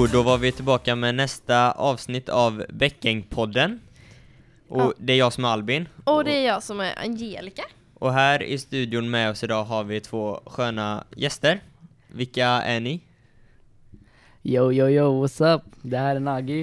Och då var vi tillbaka med nästa avsnitt av Bäckengpodden. Och det är jag som är Albin. Och det är jag som är Angelica. Och här i studion med oss idag har vi två sköna gäster. Vilka är ni? Yo, what's up? Det här är Nagi.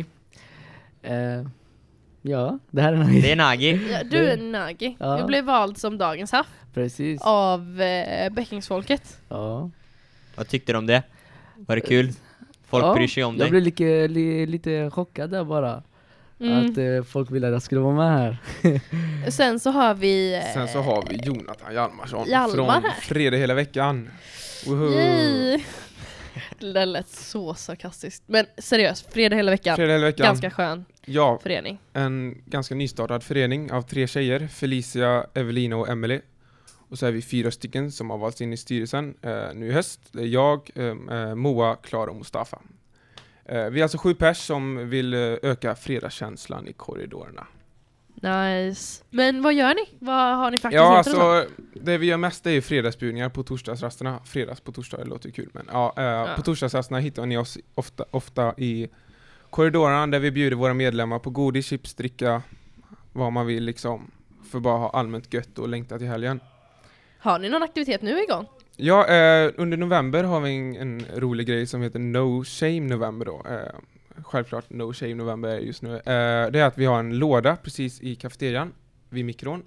Ja, det här är Nagi. Det är Nagi. Ja, du är Nagi. Ja. Du blev vald som dagens haff Precis. av Bäckingsfolket. Ja. Vad tyckte du om det? Var det kul? Folk bryr sig om dig. Jag blev lite chockad där bara. Att folk ville att jag skulle vara med här. Sen så har vi Jonathan Hjalmarsson Hjalmar från här. Fredag hela veckan. Woho! Yay! Det lät så sarkastiskt. Men seriöst, Fredag hela veckan. Fredag hela veckan. Ganska skön Ja, förening. en ganska nystartad förening av 3 tjejer. Felicia, Evelina och Emily. Och så är vi 4 stycken som har valts in i styrelsen nu i höst. Det är jag, Moa, Klara och Mustafa. Vi är alltså 7 pers som vill öka fredagskänslan i korridorerna. Nice. Men vad gör ni? Vad har ni faktiskt Ja, inte alltså det vi gör mest är ju fredagsbjudningar på torsdagsrasterna. Fredags på torsdag, det låter ju kul. Men på torsdagsrasterna hittar ni oss ofta i korridorerna där vi bjuder våra medlemmar på godis, chips, dricka, vad man vill liksom. För bara ha allmänt gött och längta till helgen. Har ni någon aktivitet nu igång? Ja, under november har vi en rolig grej som heter No Shame November då. Självklart No Shame November är just nu. Det är att vi har en låda precis i kafeterian vid mikron.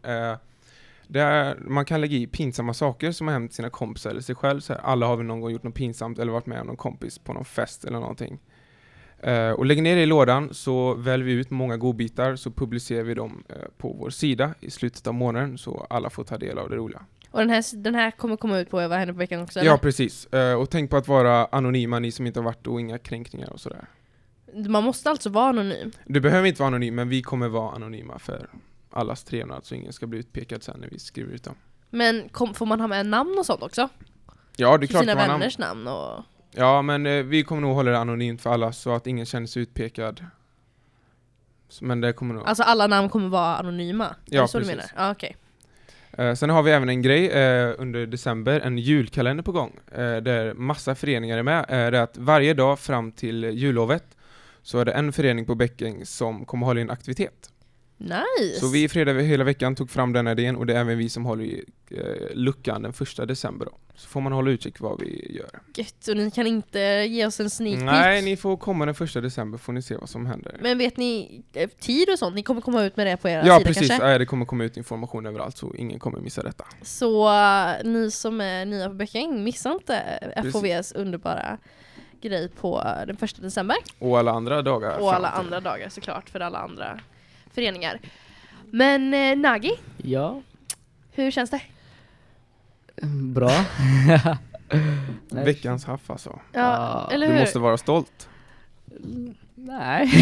Där man kan lägga i pinsamma saker som har hänt sina kompisar eller sig själv. Så här, alla har vi någon gång gjort något pinsamt eller varit med om någon kompis på någon fest eller någonting. Och lägger ner det i lådan så väljer vi ut många godbitar så publicerar vi dem på vår sida i slutet av månaden så alla får ta del av det roliga. Och den här kommer komma ut på Vad händer på veckan också? Eller? Ja, precis. Och tänk på att vara anonyma, ni som inte har varit och inga kränkningar och sådär. Man måste alltså vara anonym. Du behöver inte vara anonym, men vi kommer vara anonyma för allas trevnad så ingen ska bli utpekad sen när vi skriver ut dem. Men får man ha med namn och sånt också? Ja, det är klart sina man har vänners namn och... Ja, men vi kommer nog hålla det anonymt för alla så att ingen känner sig utpekad. Men det kommer nog... Alltså alla namn kommer vara anonyma? Ja, är så precis. du menar? Ja, okej. Sen har vi även en grej under december, en julkalender på gång där massa föreningar är med. Det är att varje dag fram till jullovet så är det en förening på Bäcken som kommer hålla i en aktivitet. Nice! Så vi i Fredag hela veckan tog fram den här idén och det är även vi som håller i luckan den 1 december då. Så får man hålla utkik vad vi gör. Gött, och ni kan inte ge oss en sneak peek? Nej, ni får komma den 1 december får ni se vad som händer. Men vet ni tid och sånt? Ni kommer komma ut med det på era Ja, sida precis. kanske? Ja, det kommer komma ut information överallt så ingen kommer missa detta. Så ni som är nya på Bäcken, missa inte FHVs underbara grej på den 1 december. Och alla andra dagar. Och alla andra dagar såklart för alla andra föreningar. Men Nagi, Ja, hur känns det? bra. Nej. Veckans haff alltså. Ja, eller Du hur? måste vara stolt. Nej.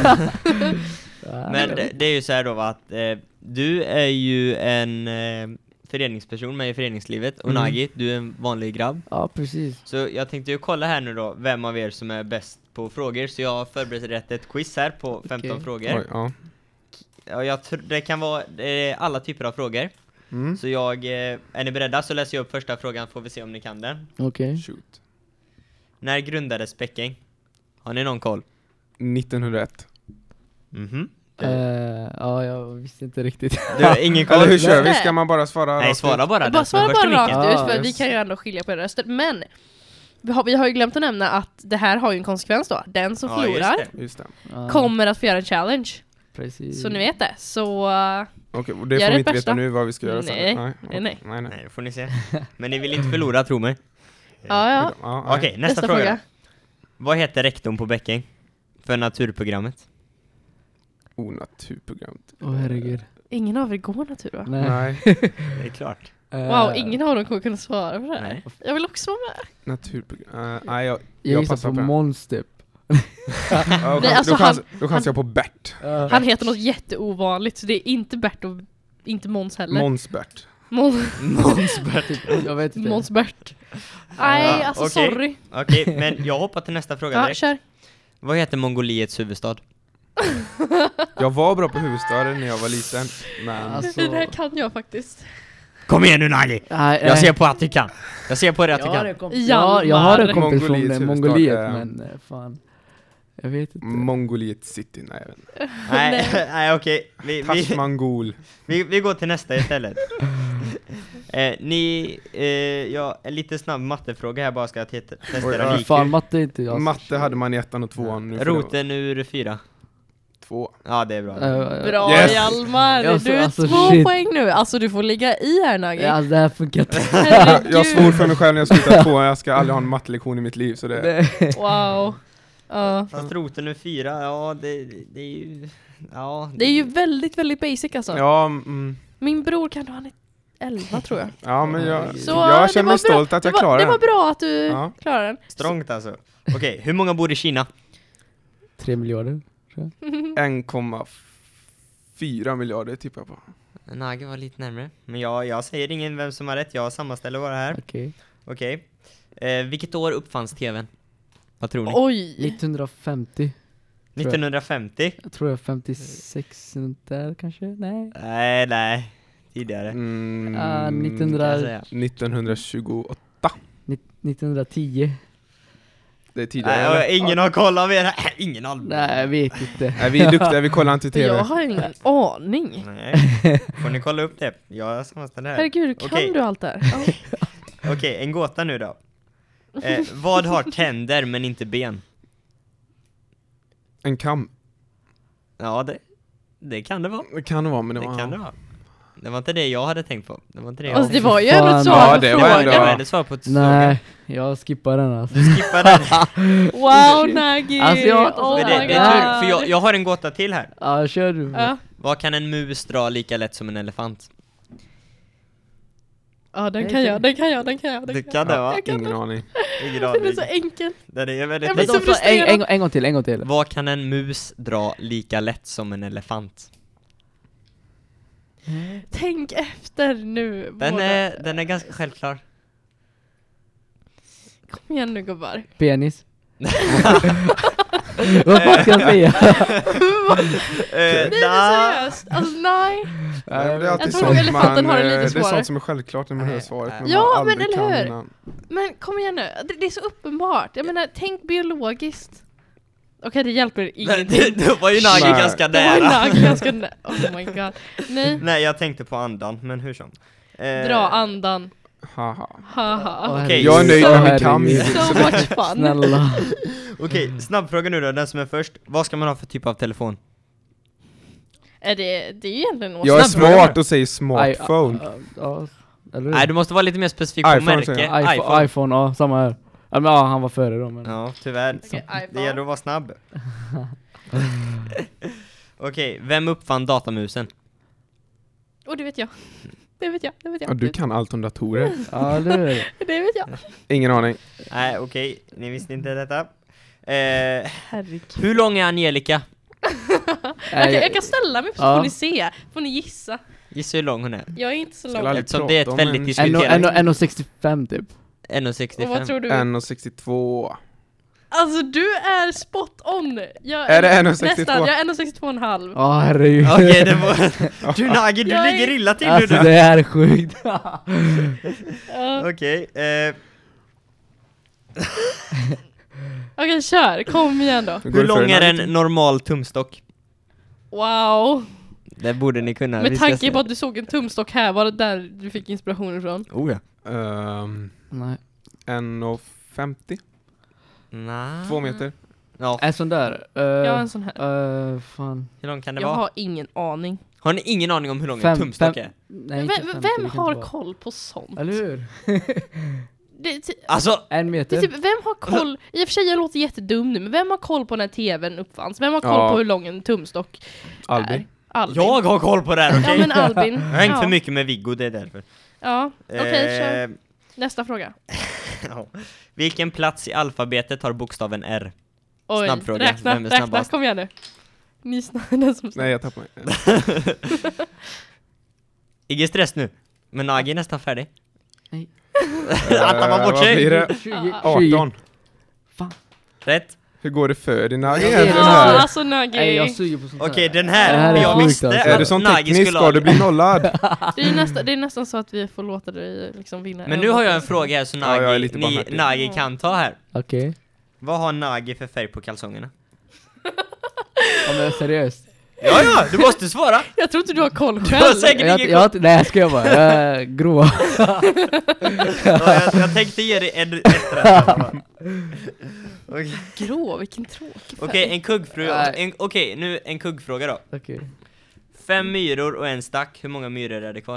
Men det är ju så här då va, att du är ju en föreningsperson med i föreningslivet och Nagi, du är en vanlig grabb. Ja, precis. Så jag tänkte ju kolla här nu då vem av er som är bäst på frågor. Så jag har förberett ett quiz här på 15 Okej. frågor. Oj, ja. Ja, jag tror det kan vara alla typer av frågor. Så är ni beredda så läser jag upp första frågan får vi se om ni kan den. Okej. Shoot. När grundades Bäcken? Har ni någon koll? 1901. Mhm. Ja, jag visste inte riktigt. Du har ingen koll? Eller hur kör vi? Nej. Ska man bara svara? Nej, rakt svara ut? bara. Bara svara bara rakt Ja, ut för yes. vi kan ju ändå skilja på era röster. Men vi har ju glömt att nämna att det här har ju en konsekvens då. Den som förlorar Just det. Ja, kommer att få göra en challenge. precis. Så ni vet det. Så Okej, och det Gör får vi ert inte bästa. veta nu vad vi ska göra sen. Nej. Nej. Nej. Nej. Nej, det får ni se. Men ni vill inte förlora, tro mig. ja. Ja, Okej, nästa fråga. Då. Vad heter rektorn på Bäcken för naturprogrammet? Naturprogrammet. Åh, herregud. Ingen av er går natur va? Nej. Det är klart. Wow, ingen av dem kommer kunna svara på det här. Nej. Jag vill också vara med. Naturprogram. Nej, jag Jag gissar passar på på den. Monster. Ja, Nej, alltså då chansar jag på Bert. Han heter något jätteovanligt så det är inte Bert och inte Måns heller. Måns-Bert. Månsbert. Jag vet inte. Måns Bert. Nej, Ja, alltså okej. sorry. Okej, men jag hoppar till nästa fråga Ja, direkt. kör. Vad heter Mongoliets huvudstad? Jag var bra på huvudstaden när jag var liten. Men Alltså- Det här kan jag faktiskt. Kom igen nu Nagi! Nej, Jag ser på att du kan. Jag ser på det att du jag har kan. en kompis, Hjalmar. jag har en kompis Mongoliets från huvudstad, Mongoliet, ja. men fan. Jag vet inte. Mongoliet City, nej jag vet inte. Nej, okej. Tashmangol. Vi går till nästa istället. En lite snabb mattefråga här bara ska jag testa IQ. Fan, matte är inte jag. Matte hade man i 1:an och 2:an. Nu får det Roten ur 4. 2. Ja, det är bra. Bra, Yes. Hjalmar. Alltså, Du är alltså, 2 shit. poäng nu. Alltså du får ligga i här, Nagi. Ja, det här funkar inte. Jag svor för mig själv när jag slutade 2. Jag ska aldrig ha en mattelektion i mitt liv. Så det... Wow. Ja. Fast roten ur 4, ja det är ju... Ja, Det är ju väldigt, väldigt basic alltså. Ja, Min bror kan ha en 11 tror jag. ja, men jag Så, känner det mig var stolt bra. att jag klarar det var den. bra att du Ja. klarade den. strångt alltså. Okej, hur många bor i Kina? 3 miljarder. 1,4 miljarder tippar jag på. Nagi var lite närmare. Men jag säger ingen vem som har rätt. Jag sammanställer bara här. Okej. Okej. Vilket år uppfanns tvn? Vad tror ni? Oj. 1950. 1950? Jag tror jag 56 sånt där kanske. Nej. Nej. Tidigare. 1928. 1910. Det är tidigare. Nej, ingen har kollat med det. Ingen har. Nej, jag vet inte. Nej, vi är duktiga, vi kollar inte TV. Jag har ingen aning. Nej. Får ni kolla upp det? Jag sammanställer här. Herregud, kan Okej. du allt där? Ja. Okej, en gåta nu då. Vad har tänder men inte ben? En kam. Ja, det kan det vara. Det kan det vara, men Det kan det vara. Det var inte det jag hade tänkt på. Det var inte det jag Alltså det tänkte var ju Fan. ändå ett Ja, svar på det var ändå- på. frågan. Men det svar på ett Nej, jag skippar den alltså. Du skippar den. Wow, Nagi! Alltså, oh Men my det är tur, för jag har en gåta till här. Ja, kör du. Ja. Vad kan en mus dra lika lätt som en elefant? Ja, den kan jag. Det kan det va? Jag kan Ingen aning. Ingen Den är aning. så enkel. Den är väldigt Jag blir lätt. så frustrerad. En gång till. Vad kan en mus dra lika lätt som en elefant? Tänk efter nu. Den båda. är ganska självklar. Kom igen nu gubbar. Penis. Vad fan ska jag säga? Nej men seriöst. Alltså nej. Det är alltid Jag tror nog elefanten har det lite det är svårare. sånt som är självklart när man hör svaret. Men Ja, man men aldrig eller kan hur? innan. Men kom igen nu. Det är så uppenbart. Jag menar, tänk biologiskt. Okej, det hjälper ingenting. Det var ju Nagi Nej. ganska Det var nära. en ganska oh my god. Nej, Nej, jag tänkte på andan, men hur som. dra andan. Haha. Haha. Okej. Jag är nöjd med min kam. Herregud. So much fun. Snälla. Okej, snabbfråga nu då, den som är först. Vad ska man ha för typ av telefon? Är det är ju egentligen Jag är Snabbfråga smart nu. och säger smartphone. Ja, eller hur? Nej, du måste vara lite mer specifik på iPhone, märke. säger iPhone, iPhone, ja, samma här. Ja, men, ja, han var före då, men... Ja, tyvärr. Okej, Det iPhone. gäller att vara snabb. Okej, vem uppfann datamusen? Det vet jag. Det vet jag. Ja, du kan allt om datorer. Ja, det är det. Det vet jag. Ingen aning. Nej, okej, ni visste inte detta. Herregud. Hur lång är Angelica? Jag kan ställa mig upp så Ja. får ni se. Får ni gissa. Gissa hur lång hon är. Jag är inte så Ska lång. aldrig Eftersom det är ett prata om väldigt en- diskuterat. 1,65 typ. Och vad 1,65. tror du? 1,62. Alltså du är spot on. Jag Är det 1,62? Nästan, jag är 1,62,5. Ja, herregud. Okej, det var... Du Nagi, du Jag är- ligger illa till Alltså nu det här är sjukt. Ja. Okej, Okej, kör. Kom igen då. hur lång är en normal tumstock? Wow. Det borde ni kunna. Med Vi ska tanke se. på att du såg en tumstock här, var det där du fick inspiration ifrån? Oh ja. Nej. 1,50. Nej. 2 meter. Ja, En sån där. Ja, en sån här. Fan. hur lång kan det Jag vara? har ingen aning. Har ni ingen aning om hur lång en tumstock är? Nej, inte 50, det Vem kan har inte vara. koll på sånt? Eller hur? Alltså, En Det meter. är typ, vem har koll? I och för sig jag låter jättedum nu, men vem har koll på när tvn uppfanns? Vem har koll Ja. på hur lång en tumstock Albin. är? Albin. jag har koll på det här, okej? Ja men Albin. Jag har hängt ja. för mycket med Viggo, det är därför. Ja, okej, kör. Eh, Nästa fråga. ja. Vilken plats i alfabetet har bokstaven R? Oj, Snabbfråga. räkna, Vem är räkna, snabbast? kom igen nu. Ni den som Nej, jag tappade mig. Ingen stress nu. Men Nagi är nästan färdig. Nej. Att han var bort Vad blir sig. det? 20. 18. Rätt. Hur går det för din Nagi? Jag vet Den Ja, här? alltså Nagi. Nej, jag suger på sånt här. Okej, den Det här här. är Jag sjukt, visste alltså. Är du att sån Nagi teknisk skulle ska ha du det. bli nollad? Det är nästan så att vi får låta dig liksom vinna. Men nu har jag en fråga här så Ja, jag är Nagi, lite barmhärtig. Nagi kan ta här. Okej. Vad har Nagi för färg på kalsongerna? Ja men seriöst. Ja, du måste svara. Jag tror inte du har koll Du har själv. säkert ingen koll. Nej jag ska bara. Jag är grå. Ja, jag tänkte ge dig ett rätt. Okej, Grå, vilken tråkig färg. Okej, en kuggfråga. Nej. Okej, nu en kuggfråga då. Okej. 5 myror och en stack. Hur många myror är det kvar?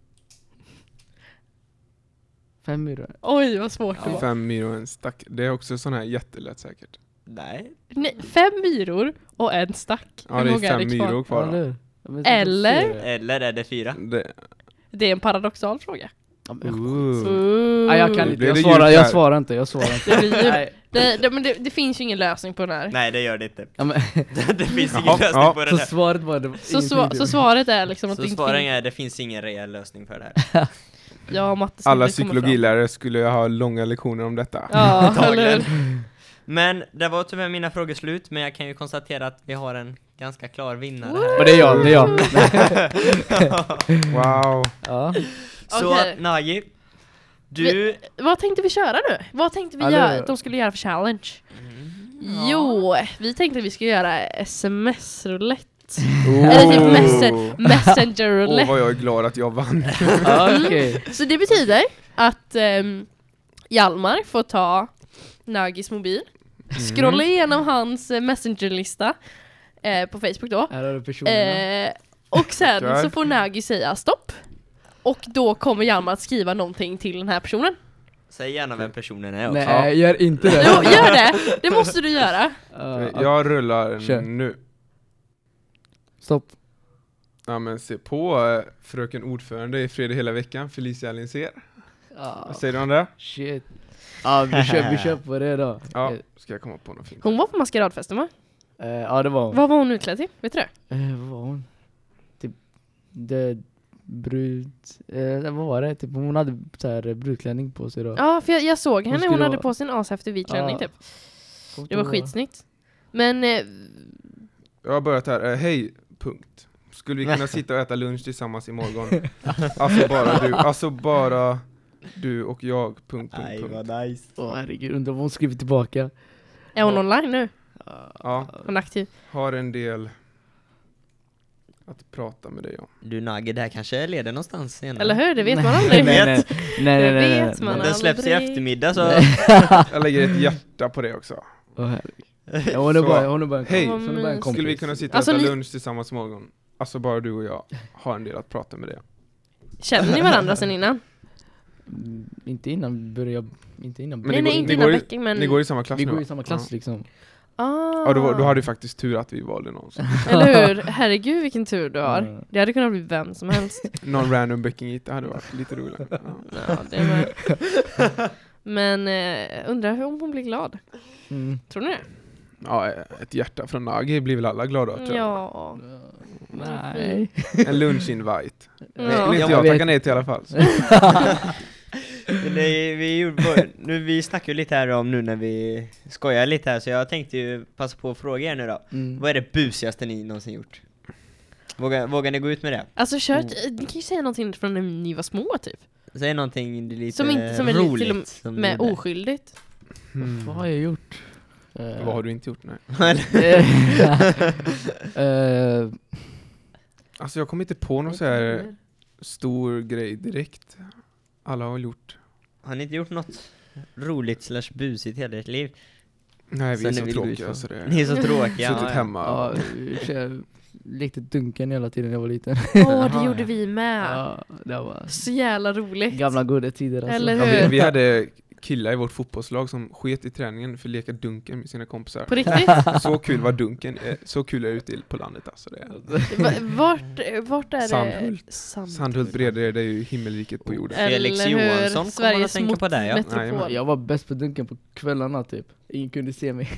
5 myror. Oj, vad svårt det var. 5 myror och en stack. Det är också sån här jättelätt säkert. Nej. Nej, 5 myror och en stack. Ja, Hur det är många 5 myror kvar. då. Eller? Eller? Eller är det 4? Det är en paradoxal fråga. Nej jag kan Nu inte. blev det Jag djupt svarar här. inte. Det blir ju- Nej. Men det finns ju ingen lösning på den här. Nej, det gör det inte. Ja, men, Det finns Jaha, ingen lösning ja. på det så här. svaret var det. Så svaret är liksom att Så det inte svaren finns. är det finns ingen reell lösning för det här. Ja, matte skulle Alla komma fram. psykologilärare skulle ha långa lektioner om detta. Ja, Antagligen. eller Men det var tyvärr mina frågor slut, men jag kan ju konstatera att vi har en ganska klar vinnare här. Och det är jag. Wow. Ja. Så Okej. att, Nagi, du... vad tänkte vi köra nu? Vad tänkte vi Ja, de skulle göra för challenge? Jo, vi tänkte vi skulle göra sms-roulette. Eller typ messenger-roulette. Åh, vad jag är glad att jag vann. Ja, okej. Så det betyder att Hjalmar får ta Nagis mobil, scrolla igenom hans messengerlista på Facebook då. Här har du personerna. Och sen Tackar. så får Nagi säga stopp. Och då kommer Hjalmar att skriva någonting till den här personen. Säg gärna vem personen är också. Nej, gör inte det. Jo, gör det! Det måste du göra. Jag rullar Kör. nu. Stopp. Ja, men se på fröken ordförande i Fred hela veckan, Felicia Linsér. Vad säger du om det? Shit. Ja, vi kör på det då. Ja, ska jag komma på något fint? Hon var på maskeradfesten, va? Ja, det var hon. Vad var hon utklädd till? Vet du det? Vad var hon? Typ brud. Vad var det? Typ, hon hade så här brudklänning på sig då. Ja, för jag såg henne. skulle Hon hade vara- på sig en ashäftig vit klänning Ja. typ. Det var skitsnyggt. Men Jag har börjat här. Hej, punkt. Skulle vi kunna sitta och äta lunch tillsammans imorgon? Alltså bara du och jag, punkt. nice. Åh herregud, undrar vad hon skriver tillbaka. är hon online nu? Ja, Hon är aktiv. har en del att prata med dig om. Du Nagi, det här kanske leder någonstans senare. Eller hur? Det vet man aldrig. Nej. Det vet man Om den släpps i aldrig. eftermiddag så... Jag lägger ett hjärta på det också. Åh herregud. Ja, hon är bara en Hej. hon är bara en kompis. Skulle vi kunna sitta och Alltså, äta ni- lunch tillsammans imorgon? Alltså bara du och jag har en del att prata med dig om. Känner ni varandra sen innan? Inte innan börjar inte innan. Men Nej, ni går- inte ni innan går i- veckan, men... Ni går i samma klass Vi nu, går va? i samma klass liksom. Ja, då hade du faktiskt tur att vi valde någon. Eller hur? Herregud vilken tur du har. Mm. Det hade kunnat bli vem som helst. Någon random Beckingita hade varit lite roligt. Ja. Ja, det var... Men undrar hur om hon blir glad. Mm. Tror ni det? Ja, ett hjärta från Nagi blir väl alla glada tror jag. Ja. Nej. En lunch-invite. Ja. Vill inte Jag jag vet. tacka nej till i alla fall. Så. Men vi snackar ju lite här om nu när vi skojar lite här, så jag tänkte ju passa på att fråga er nu då. Mm. Vad är det busigaste ni någonsin gjort? Vågar ni gå ut med det? Alltså ni kan ju säga någonting från när ni var små typ. Säg någonting lite Som är lite roligt. till och som med ni gjorde. oskyldigt. Vad har jag gjort? Vad har du inte gjort? Nej. Eh, Alltså jag kommer inte på någon så här stor grej direkt. Alla har gjort. Har ni inte gjort något roligt / busigt hela ert liv? Nej, vi är Sen så ni vill gå ut tråkiga på. så det Ni är så tråkiga. suttit hemma. ja, jag lekte dunken hela tiden när jag var liten. Åh, det gjorde vi med. Ja, det var Så jävla roligt. gamla goda tider alltså. Eller Ja, hur? vi hade killar i vårt fotbollslag som sket i träningen för att leka dunken med sina kompisar. På riktigt? Så kul var dunken. Så kul är det ute på landet alltså. Det Vart är Sandhult. det? Sandhult bredare, det är ju himmelriket på jorden. Felix Eller hur? Johansson kommer Sveriges att tänka på det, ja. metropol. Jag var bäst på dunken på kvällarna typ. Ingen kunde se mig.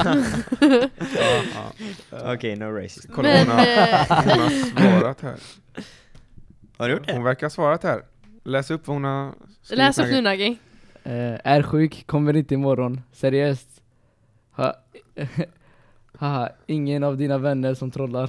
Okej, no racist. Kolla, Men, hon har svarat här. Har du gjort det? Hon verkar ha svarat här. Läs upp vad hon har skrivit. Läs upp Nagge. nu Nagi. Är sjuk, kommer inte imorgon. Seriöst. Haha, ingen av dina vänner som trollar.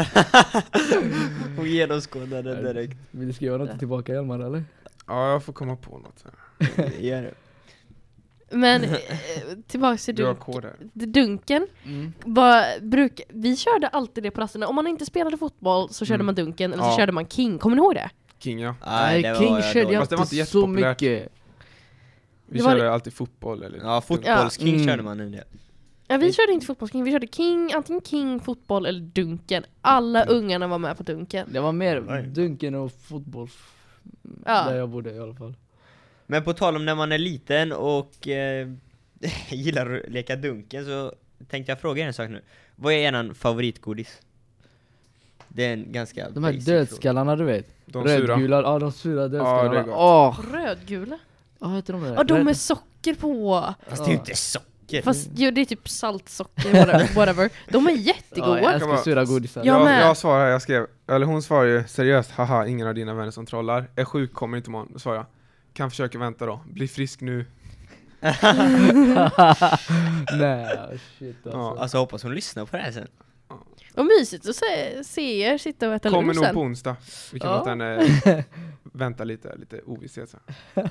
Hon genomskådade direkt. Vill du skriva något tillbaka Hjalmar eller? Ja, jag får komma på något här. Gör det. Men tillbaka till Du har kod där. dunken. Vi körde alltid det på rasterna. Om man inte spelade fotboll så körde man dunken, eller så körde man king. Kommer ni ihåg det? King, ja. Nej, King körde jag Fast det var inte inte så jättepopulärt. mycket. Vi Det var körde alltid fotboll eller Ja, fotbollsking Ja. körde man nu det. Ja, vi körde inte fotbollsking. Vi körde king, antingen king, fotboll eller dunken. Alla ungarna var med på dunken. Det var mer Oj. dunken och fotboll. Ja. Där jag bodde i alla fall. Men på tal om när man är liten och gillar att leka dunken, så tänkte jag fråga er en sak nu. Vad är eran favoritgodis? Det är en ganska De här basic fråga. dödskallarna du vet. de sura. Rödgula, ja de sura dödskallarna. det är gott. Rödgula? Vad heter de där? Ja, de med socker på. Fast det är ju inte socker. Fast jo, det är typ saltsocker, whatever. De är Ja, jättegoda. jag älskar sura godisar. Ja. med. Jag svarar, jag skrev, eller hon svarar ju seriöst, haha, ingen av dina vänner som trollar. Är sjuk, kommer inte imorgon. Då svarar jag, kan försöka vänta då. Bli frisk nu. Nej, shit alltså. Ja. Alltså hoppas hon lyssnar på det här sen. Vad mysigt att se er sitta och äta Kommer lunch nog sen. på onsdag. Vi kan Ja. låta henne vänta lite ovisshet så.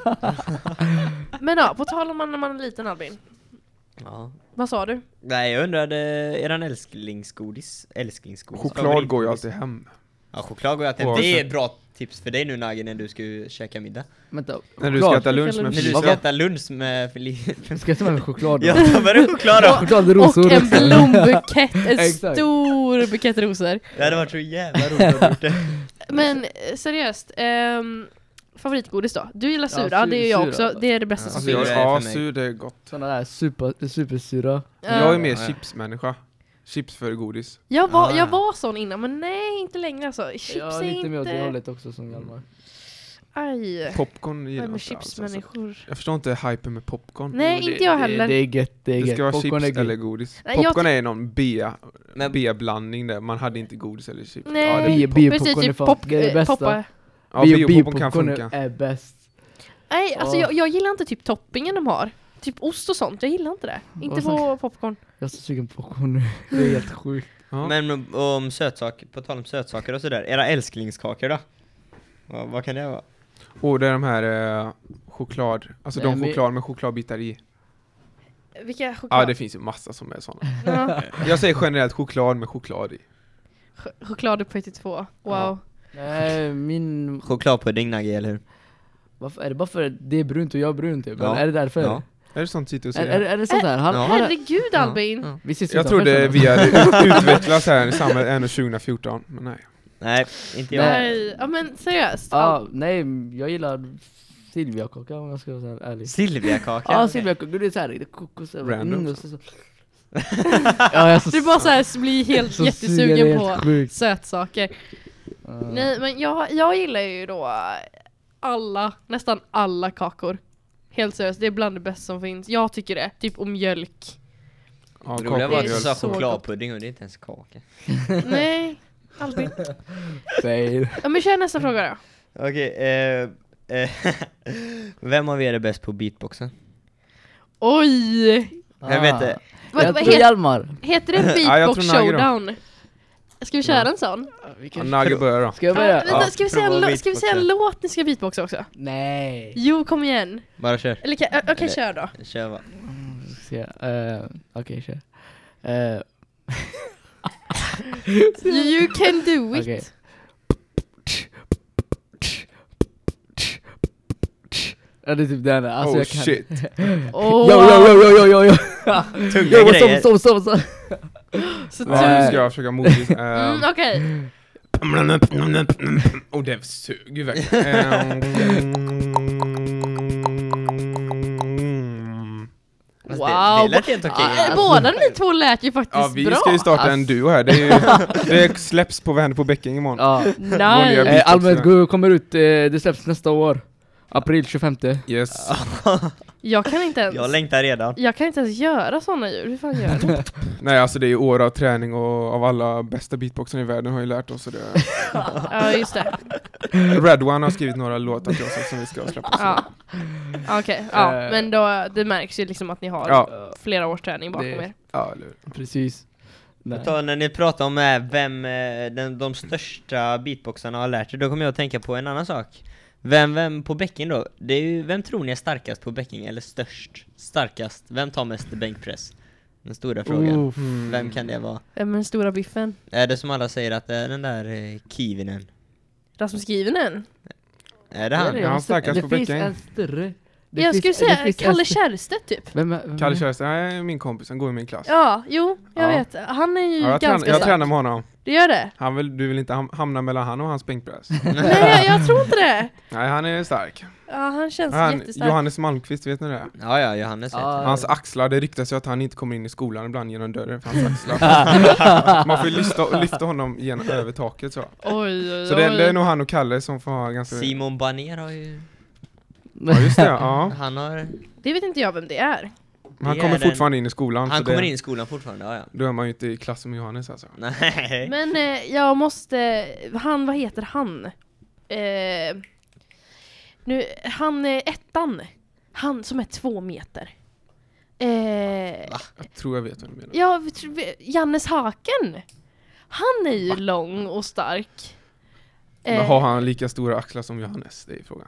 Men ja, på tal om när man är liten, Albin. Ja. Vad sa du? Nej, jag undrade eran älsklingsgodis. Choklad går ju alltid hem. Ja, choklad går ju alltid hem. Oavsett. Det är ett bra tips för dig nu, Nagge, när du ska käka middag. Vänta, När du ska äta lunch med När du Felicia. ska äta lunch med Felicia. Ska jag ta med choklad då? Ja, vad är det choklad då? Chokladrosor. Och en blombukett, en Exakt. stor bukett rosor. Det hade varit så jävla roligt att ha gjort det. Men seriöst, favoritgodis då? Du gillar Ja, sura, det är jag sura. också. Det är det bästa Ja, som Alltså finns. sura är ja, för mig. sur det är gott. Såna där supersyra. Jag är mer Ja. chipsmänniska. Chips för godis. Jag Ah. var sån innan, men nej, inte längre alltså. Chips Jag är är lite mer åt det inte... hållet också som Hjalmar. Aj. Popcorn Vad gillar är jag med inte alls, alltså. chipsmänniskor? Jag förstår inte hypen med popcorn. Nej, Jo, inte jag heller. Det är gött, det är Det gött. ska vara Popcorn är chips gött. eller godis. Nej, jag Popcorn ty- är någon Men- B-blandning där. Man hade inte godis eller chips. Nej, Ja, det, Biopopcorn precis, är typ fan- det är det bästa. poppa. ja biopopcorn kan Biopopcorn funka. är bäst. Nej, alltså Ja. jag gillar inte typ toppingen de har. Typ ost och sånt, jag gillar inte det. Inte Vad på popcorn. Jag är så sugen på popcorn nu. Det är helt sjukt. Ja. Men om sötsaker, på tal om sötsaker och sådär, era älsklingskakor då? Vad kan det vara? Och det är de här choklad, alltså Nej, de men- choklad med chokladbitar i. Vilka choklad? Ja, det finns ju massa som är såna. Ja, Jag säger generellt choklad med choklad i. choklad på 82. Wow. Ja. Nej, min... Chokladpudding, Nagge, eller hur? Varför, är det bara för att det är brunt och jag är brun typ? Ja. Eller är det därför? Ja. Är det sånt sitter och Är, säger? är det sånt här? Han, Ja. han, Herregud, Albin. Ja. vi ses Jag utanför trodde sen. vi hade utvecklats här i samhället ännu 2014, men nej. Nej, inte jag. Nej, ja men seriöst. Ja, nej, jag gillar Silviakaka om jag ska vara så här ärlig. Silviakaka? Ja, okej. Silviakaka, det är såhär, det är kokos. Random. Och så. Ja, jag är så Du bara såhär blir helt så suger, det jättesugen är på helt sjukt. sötsaker. Nej, men jag gillar ju då nästan alla kakor. Helt seriöst, det är bland det bästa som finns. Jag tycker det. Typ om mjölk. Ja, Det roliga var att Det du är sa så chokladpudding och det är inte ens kaka. Nej, Albin. Fail. Ja, men kör nästa fråga då. Okej, vem av er är bäst på beatboxen? Oj! Jag vet det. Jag tror Hjalmar. Heter det Ja, jag Beatbox tror Nagge då. Showdown? Ska vi köra en sån? Ja, Nagge börjar då. Ska jag börja? Vänta, ska vi säga prova ska vi säga en beatboxa. låt ni ska beatboxa också? Nej. Jo, kom igen. Bara kör. Eller okej, kör då. Kör va. Okej, kör. You can do it. Okej. Ja, det är typ den. Alltså, Oh jag kan. shit. Oh, Yo. Tunga Yo, grejer. stopp. Så Ja, tur. nu ska jag försöka motvisa. Okej. Och det sög ju verkligen. Fast Wow. Det lät helt okej. Båda ni två lät ju faktiskt Ja, vi bra. ska ju starta en duo här. Det släpps på Vänner på bäcken imorgon. Ja. Nice. Allmänt kommer ut, det släpps nästa år. April 25. Yes. Jag kan inte Jag ens längtar redan. göra såna ljud. Hur fan gör ni? Nej, alltså det är år av träning och av alla bästa beatboxarna i världen har ju lärt oss. Och det. Ja, just det. Red One har skrivit några låtar till oss som vi ska släppa. Ja. Okej, ja, men då det märks ju liksom att ni har flera års träning bakom Det- er. Ja, eller hur? Precis. Nej. När ni pratar om vem de största beatboxarna har lärt sig, då kommer jag att tänka på en annan sak. Vem på bäcken då? Det är ju, vem tror ni är starkast på bäcken? Eller starkast? Vem tar mest bänkpress? Den stora frågan. Vem kan det vara? Vem är den stora biffen? Är det som alla säger att det är den där Kivinen? Rasmus Kivinen? Är det han? Ja, han starkast på Det finns bäcken. en större. Jag skulle säga Kalle Kärrstedt typ. Kalle Kärrstedt är min kompis, han går i min klass. Ja, jo, jag Ja. vet. Han är ju Ja, ganska jag stark. tränar med honom. Det gör det? Du vill inte hamna mellan han och hans bänkpress. Nej, jag tror inte det. Nej, han är stark. Ja, han känns Han, jättestark. Johannes Malmqvist, vet ni det? Ja, Johannes vet. Ja. Hans axlar, det ryktas ju att han inte kommer in i skolan ibland genom dörren för hans axlar. Man får ju lyfta honom över taket så. Oj. Så det är nog han och Kalle som får ha ganska... Simon Baner har ju... Ja, just det, ja. Han har... Det vet inte jag vem det är. Han Det kommer är fortfarande in i skolan. Han så kommer det, in i skolan fortfarande, ja. Då är man ju inte i klass med Johannes alltså. Nej. Men jag måste... vad heter han? Han är ettan. Han som är 2 meter. Jag tror jag vet vad du menar. Ja, Jannes Haken. Han är ju lång och stark. Men har han lika stora axlar som Johannes? Det är frågan.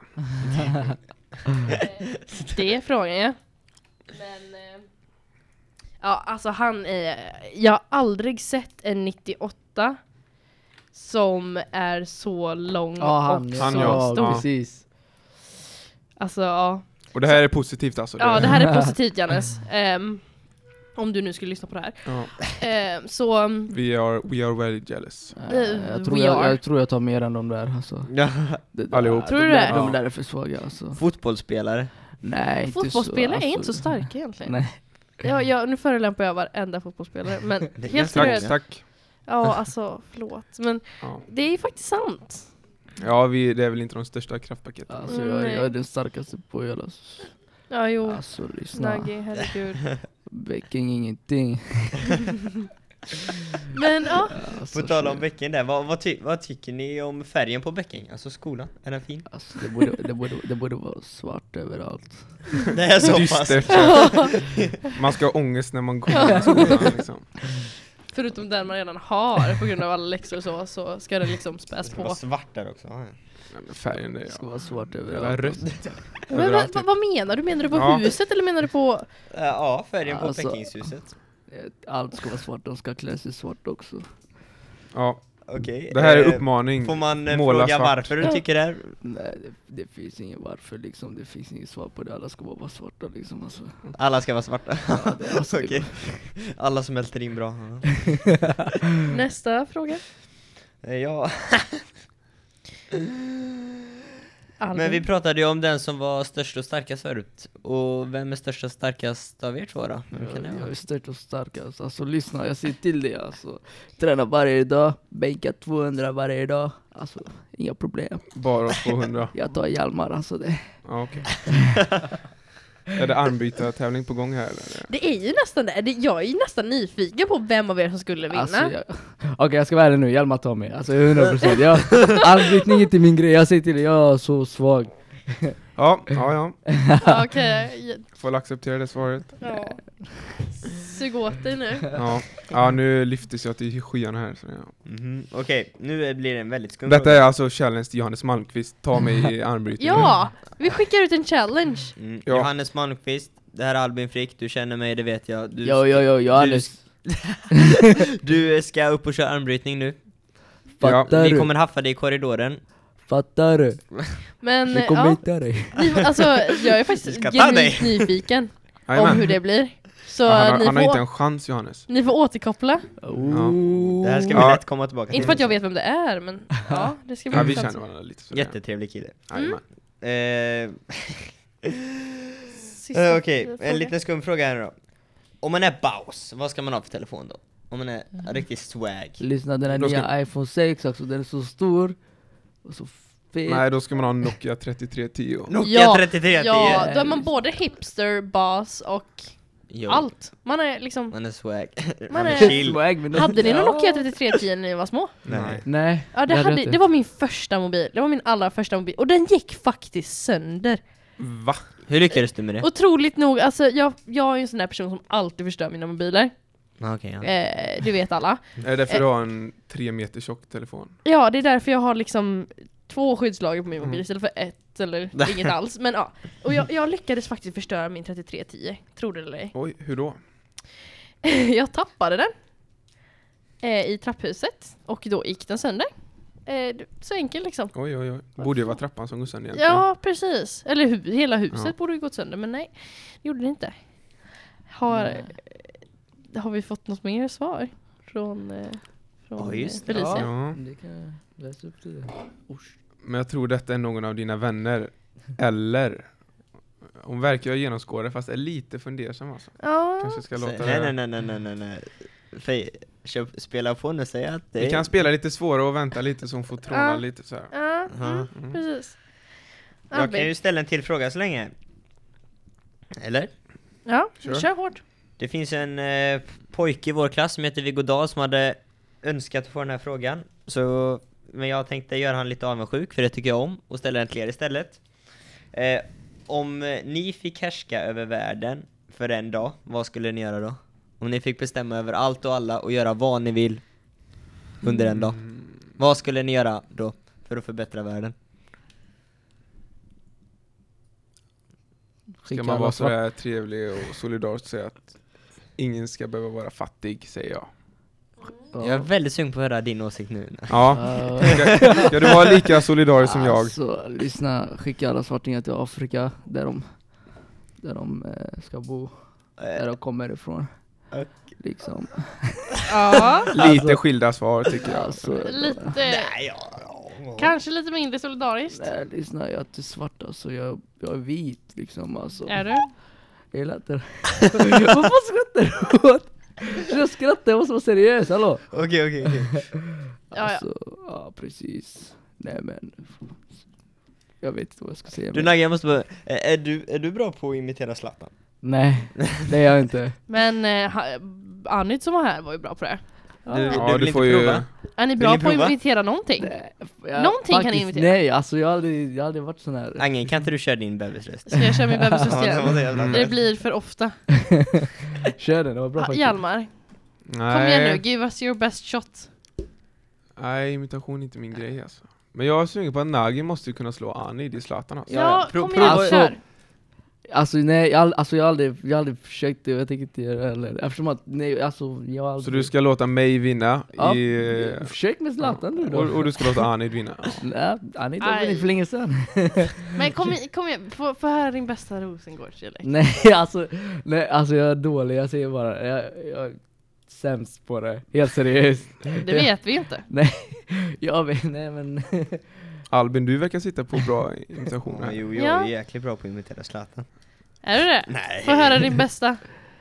Det är frågan, ja. Men... ja, alltså han är... Jag har aldrig sett en 98 som är så lång Ja, han och är Han, så ja. stor. Ja. Precis. Alltså, ja. Och det här är positivt alltså. Ja, det här är positivt, Jannes. Om du nu skulle lyssna på det här. Ja. Så... We are very jealous. Jag tror jag tar mer än de där alltså. Allihop. Tror du det? De där är för svaga alltså. Fotbollsspelare. Nej, inte Fotbollsspelare så, är alltså. inte så starka egentligen. Nej. Nu förelämpar jag varenda fotbollsspelare. Men Det är helt ganska seriöst. Tack. Ja, alltså, förlåt. Men Ja, det är ju faktiskt sant. ja det är väl inte de största kraftpaketen. Alltså jag är den starkaste på hela. Ja, jo. Alltså lyssna. Nagge, herregud. Bäcking ingenting. Men ja, Alltså, På tal om bäcken där, vad tycker ni om färgen på bäcken? Alltså skolan, är den fin? alltså, det borde vara svart överallt. Det är så pass. Dystert. Man ska ha ångest när man går i skolan liksom. förutom den man redan har på grund av alla läxor och så ska det liksom späs Det var på. svart där också. Ja. Nej, men färgen det Det ska är vara svart ja. överallt. Rött. Men Överallt, typ. vad menar du? Menar du på Ja. huset eller menar du på... Ja, färgen på Alltså- bäckingshuset. Allt ska vara svart, de ska klä sig svart också. Ja, Okej. det här är uppmaning. Får man Måla fråga svart. varför du tycker det här? Nej, det finns ingen varför liksom, det finns inget svar på det, alla ska bara vara svarta liksom alltså. Alla ska vara svarta. alltså, Okej. Alla smälter in bra. Ja. Nästa fråga. Ja. Albin. Men vi pratade ju om den som var störst och starkast förut. Och vem är störst och starkast av er två då? Vem kan det Jag vara? är stört och starkast, alltså lyssna, jag säger till dig alltså. Tränar varje dag, bänkar 200 varje dag, alltså inga problem. Bara 200. Jag tar Hjalmar alltså det. Ja, okej. Är det armbytartävling på gång här eller? Det är ju nästan det. Jag är ju nästan nyfiken på vem av er som skulle vinna. Alltså, Okej, jag ska vara ärlig nu, Hjalmar tar mig, alltså 100%. Armbrytning är inte min grej, jag säger till dig, jag är så svag. Ja. Okej, Får acceptera det svaret. ja. Sug åt dig nu. Ja, nu lyftes jag till skyarna här. Så ja. Okej, nu blir det en väldigt skum Detta fråga. är alltså challenge till Johannes Malmqvist. Ta mig i armbrytning. Ja, vi skickar ut en challenge. Ja. Johannes Malmqvist, det här är Albin Frick, du känner mig, det vet jag. Du Johannes. Du ska upp och köra armbrytning nu. Fattar Vi du? kommer haffa dig i korridoren. Fattar du? Men Vi kommer ja, hitta dig. alltså jag är faktiskt ska ta genuint nyfiken om Jajamän. hur det blir. Så Ja, han ni, har inte en får, chans, Johannes. ni får återkoppla. Det här ska vi Ja. lätt komma tillbaka till. Inte för att jag vet vem det är, men ja, det ska bli Ja, vi intressant. känner varandra lite. Så Jättetrevlig kille. Jajamän. Sista Okej, fråga. en liten skum fråga här då. Om man är baus, vad ska man ha för telefon då? Om man är riktigt swag. Lyssna, den här Då ska- nya iPhone 6 också, den är så stor och så fet. Nej, då ska man ha en Nokia 3310. Nokia Ja, 3310. Ja, då är man både hipster, bas och Jo, allt. Man är liksom... man är swag. Man är- chill. Swag, men Hade ni någon Ja. Nokia 3310 när ni var små? Nej. Nej. Ja, det var min första mobil. Det var min allra första mobil. Och den gick faktiskt sönder. Va? Hur lyckades du med det? Otroligt nog, alltså jag är en sån där person som alltid förstör mina mobiler. Okej, ja. Det vet alla. Är det därför du har en 3 meter tjock telefon? Ja, det är därför jag har liksom 2 skyddslager på min mobil istället för 1. något eller inget alls. Men ja, och jag lyckades faktiskt förstöra min 3310, tror det eller ej. Oj, hur då? Jag tappade den i trapphuset och då gick den sönder. Så enkelt liksom. Oj. Borde ju vara trappan som går sönder egentligen. Ja, precis. Eller hela huset borde ju gått sönder, men nej, det gjorde det inte. Har vi fått något mer svar från just det. Felicia? Ja. Det kan jag läsa upp till det. Men jag tror detta är någon av dina vänner. Eller hon verkar ju genomskåda fast är lite fundersam alltså. Ja. Kanske ska låta Nej. Spela på nu och säga att det Vi kan spela lite svårare och vänta lite så hon får tråna lite så här. Ja, precis. Jag kan ju ställa en till fråga så länge. Eller? Ja, Kör. kör hårt. Det finns en pojke i vår klass som heter Viggo Dahl som hade önskat att få den här frågan. Men jag tänkte göra han lite avundsjuk, för det tycker jag om, och ställa den till er istället. Om ni fick härska över världen för en dag, vad skulle ni göra då? Om ni fick bestämma över allt och alla och göra vad ni vill under en dag. Vad skulle ni göra då för att förbättra världen? Ska man vara så där trevlig och solidarisk och säga att ingen ska behöva vara fattig, säger jag. Jag är väldigt sugen på att höra din åsikt nu. Ja. Ska du vara lika solidarisk som jag? Alltså, lyssna, skicka alla svartingar till Afrika där de ska bo, där de kommer ifrån. Liksom. Ja, Lite skilda svar tycker jag. Alltså, lite. Kanske lite mindre solidariskt. nej, lyssna, jag är inte svart alltså, jag är vit liksom alltså. Är du? Jag låter. Varför skrattar du åt? Jag skrattar, jag måste vara seriös, hallå? Okej. Alltså, ja precis. Nej men, jag vet inte vad jag ska säga. Du Nagge, jag måste bara, är du bra på att imitera Zlatan? Nej, det är jag inte. Men Anit som var här var ju bra på det. Du vill inte prova? Är ni Vill bra ni på att prova? imitera någonting? Någonting kan ni imitera. Nej, alltså jag har aldrig varit sån här. Angen, kan inte du köra din bebisröst? Ska jag köra min bebisröst Ja, det var så jävla igen? bra. Det blir för ofta. Kör den, det var bra faktiskt. Hjalmar, kom igen nu, give us your best shot. Nej, imitation är inte min grej alltså. Men jag är sugen på att Nagi måste ju kunna slå Anid i Zlatan alltså. Ja, Pro- kom prova- igen, alltså, kör. Alltså nej, jag har aldrig försökt det, jag tänker inte göra det heller. Eftersom att, nej, alltså jag har aldrig. Så du ska låta mig vinna Ja, i... försök med Zlatan nu då. Och du ska låta Anid vinna. Nej, han är inte Aj. vunnit för länge sedan. Men kom igen, få höra din bästa Rosengårds-dialekt. nej, alltså jag är dålig, jag säger bara, jag är sämst på det, helt seriöst. Det vet vi ju inte. Nej, jag vet, nej men. Albin, du verkar sitta på bra imitationer. Jo, jag är jäkligt bra på att imitera Zlatan. Är du det? Nej. Få höra din bästa.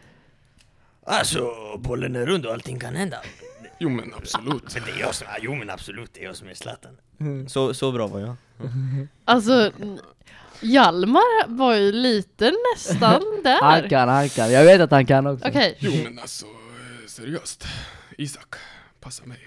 Alltså, bollen är rund och allting kan hända. Jo men absolut. Men det är jag som är, jo men absolut, det är jag som är Zlatan. Så bra var jag. Alltså, Hjalmar var ju lite nästan där. Han kan, jag vet att han kan också. Okej, Jo men alltså, seriöst. Isak, passa mig.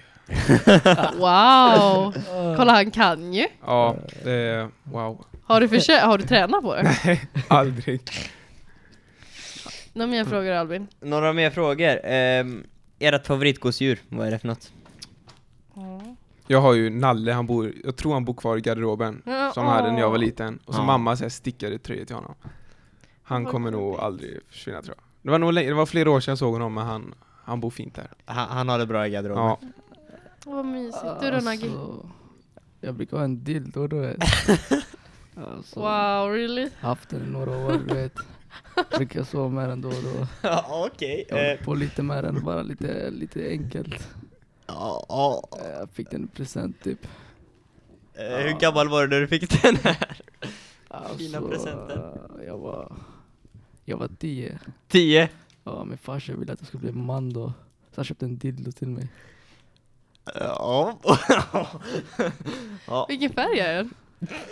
wow. Kolla, han kan ju. Ja, det är wow. Har du tränat på det? Aldrig. Några mer frågor, Albin? Några mer frågor. Ert favoritgosedjur, vad är det för något? Jag har ju Nalle, jag tror han bor kvar i garderoben. Som jag hade när jag var liten. Och så mamma så här stickade tröjor till honom. Han kommer nog aldrig försvinna tror jag. Det var flera år sedan jag såg honom, men han bor fint där. Han har det bra i garderoben. Ja. Vad mysigt. Du då, Nagge? Jag brukar ha en dildo då. Alltså, Wow, really? haft den i några år, du vet. Brukar sova med den då och då. Ja, okej. Jag håller på lite med den, bara lite enkelt. Jag fick den i present typ. Hur gammal var du när du fick den här? Fina Alltså, presenter. Jag var 10. 10? Ja, min farsa ville att jag skulle bli man då. Så han köpte en dildo till mig. Ja. Ja. Vilken färg är den?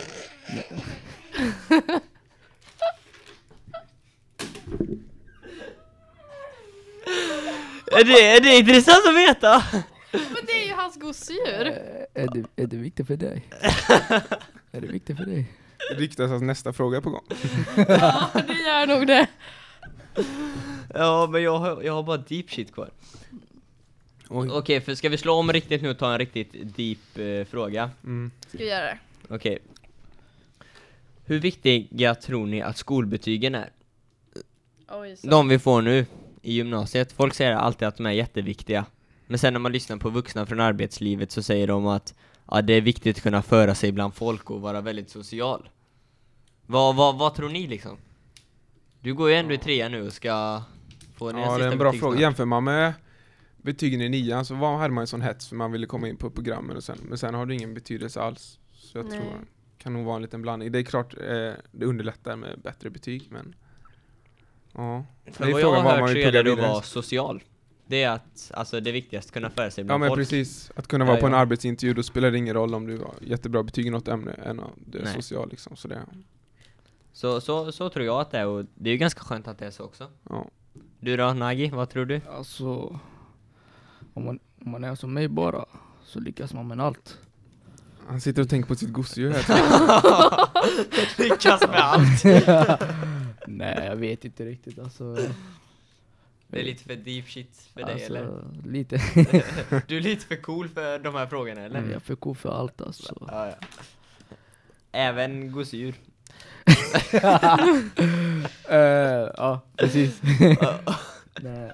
Är det intressant att veta? Men det är ju hans gosedjur. Är det viktigt för dig? Är det viktigt för dig? Det ryktas att nästa fråga är på gång. Ja, det gör nog det. Ja, men jag har bara deep shit kvar. Oj. Okej, för ska vi slå om riktigt nu och ta en riktigt deep fråga? Mm. Ska vi göra det? Okej. Hur viktiga tror ni att skolbetygen är? Oj, så. De vi får nu i gymnasiet. Folk säger alltid att de är jätteviktiga. Men sen när man lyssnar på vuxna från arbetslivet så säger de att det är viktigt att kunna föra sig bland folk och vara väldigt social. Vad tror ni liksom? Du går ju ändå i 3 nu och ska få dina sista det är en bra betyg fråga. snart. Jämför man med betygen i 9 så hade man en sån hets för man ville komma in på programmen och sen, men sen har det ingen betydelse alls. Så jag Nej. tror det kan nog vara en liten blandning. Det är klart det underlättar med bättre betyg, men ja. För Det är vad jag frågan har vad hört man så vill är det plugga att vidare. vara social. Det är att, alltså det viktigaste, kunna föra sig Ja bland men folk. precis, att kunna vara Ja, på en ja. arbetsintervju, då spelar det ingen roll om du har jättebra betyg i något ämne än om du är Nej. social liksom. Så det, Så tror jag att det är, och det är ju ganska skönt att det är så också. ja. Du då, Nagi, vad tror du? Alltså, om man är som mig bara, så lyckas man med allt. Han sitter och tänker på sitt gosedjur här. Lyckas med allt. Nej, jag vet inte riktigt. Alltså, Det är lite för deep shit för dig, alltså, eller? lite. Du är lite för cool för de här frågorna, eller? Jag är för cool för allt alltså. Ja. Även gosedjur. Ja, precis. Nej.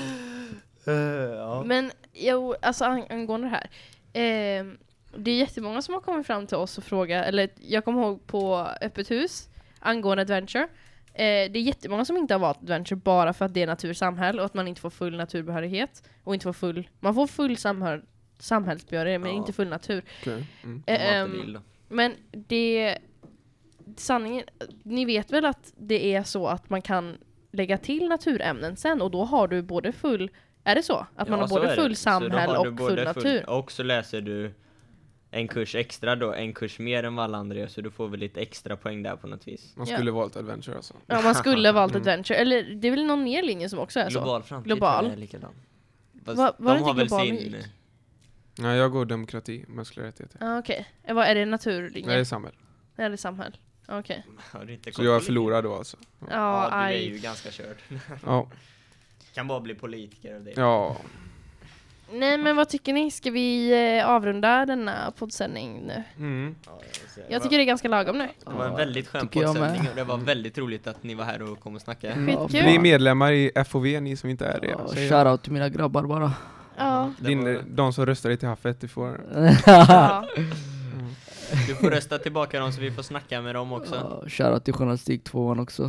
Ja. Men jo, alltså angående det här. Det är jättemånga som har kommit fram till oss och frågat, eller jag kommer ihåg på Öppet hus angående Adventure. Det är jättemånga som inte har valt Adventure bara för att det är natursamhälle och att man inte får full naturbehörighet och inte får man får full samhällsbehörighet men Ja. inte full natur. Okej. Mm. Om man inte vill då. Men sanningen, ni vet väl att det är så att man kan lägga till naturämnen sen och då har du både full, är det så? Att man har så både är det. full Så då har samhälle du och både full natur? Och så läser du en kurs extra då, en kurs mer än vad alla andra gör, så du får väl lite extra poäng där på något vis. Man Ja. skulle valt Adventure alltså. Ja, man skulle ha valt Mm. Adventure. Eller det är väl någon mer linje som också är så? Global framtid Global. är likadan. Fast Var det de inte har väl global sin... gick? Nej, jag går demokrati, mänskliga rättigheter. Ah, okej. Vad är det naturlinje? Nej, det är samhälle. Eller samhälle? Okej. Har du inte Så koll jag på förlorar då alltså. Ja, Ja, du är aj. ju ganska körd. Ja. Kan bara bli politiker av det. Ja. Nej, men vad tycker ni? Ska vi avrunda denna poddsändning nu? Mm. Ja, Jag tycker det är ganska lagom nu. det var en väldigt skön tycker jag med. poddsändning och det var väldigt roligt att ni var här och kom och snackade. Skitkul. Bli medlemmar i FOV, ni som inte är det. Ja, säger jag. shoutout till mina grabbar bara. Ja. Det var- De som röstar till Haffet, du får... Ja. Du får rösta tillbaka dem så vi får snacka med dem också. Ja, shoutout till journalistik 2 också.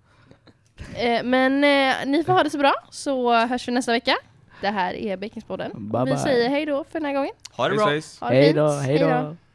Men ni får ha det så bra, så hörs vi nästa vecka. Det här är Bäckingspodden. Bye Vi bye. säger hej då för den här gången. Ha det Hej bra! svejs. Ha det Hej fint. då, hej då.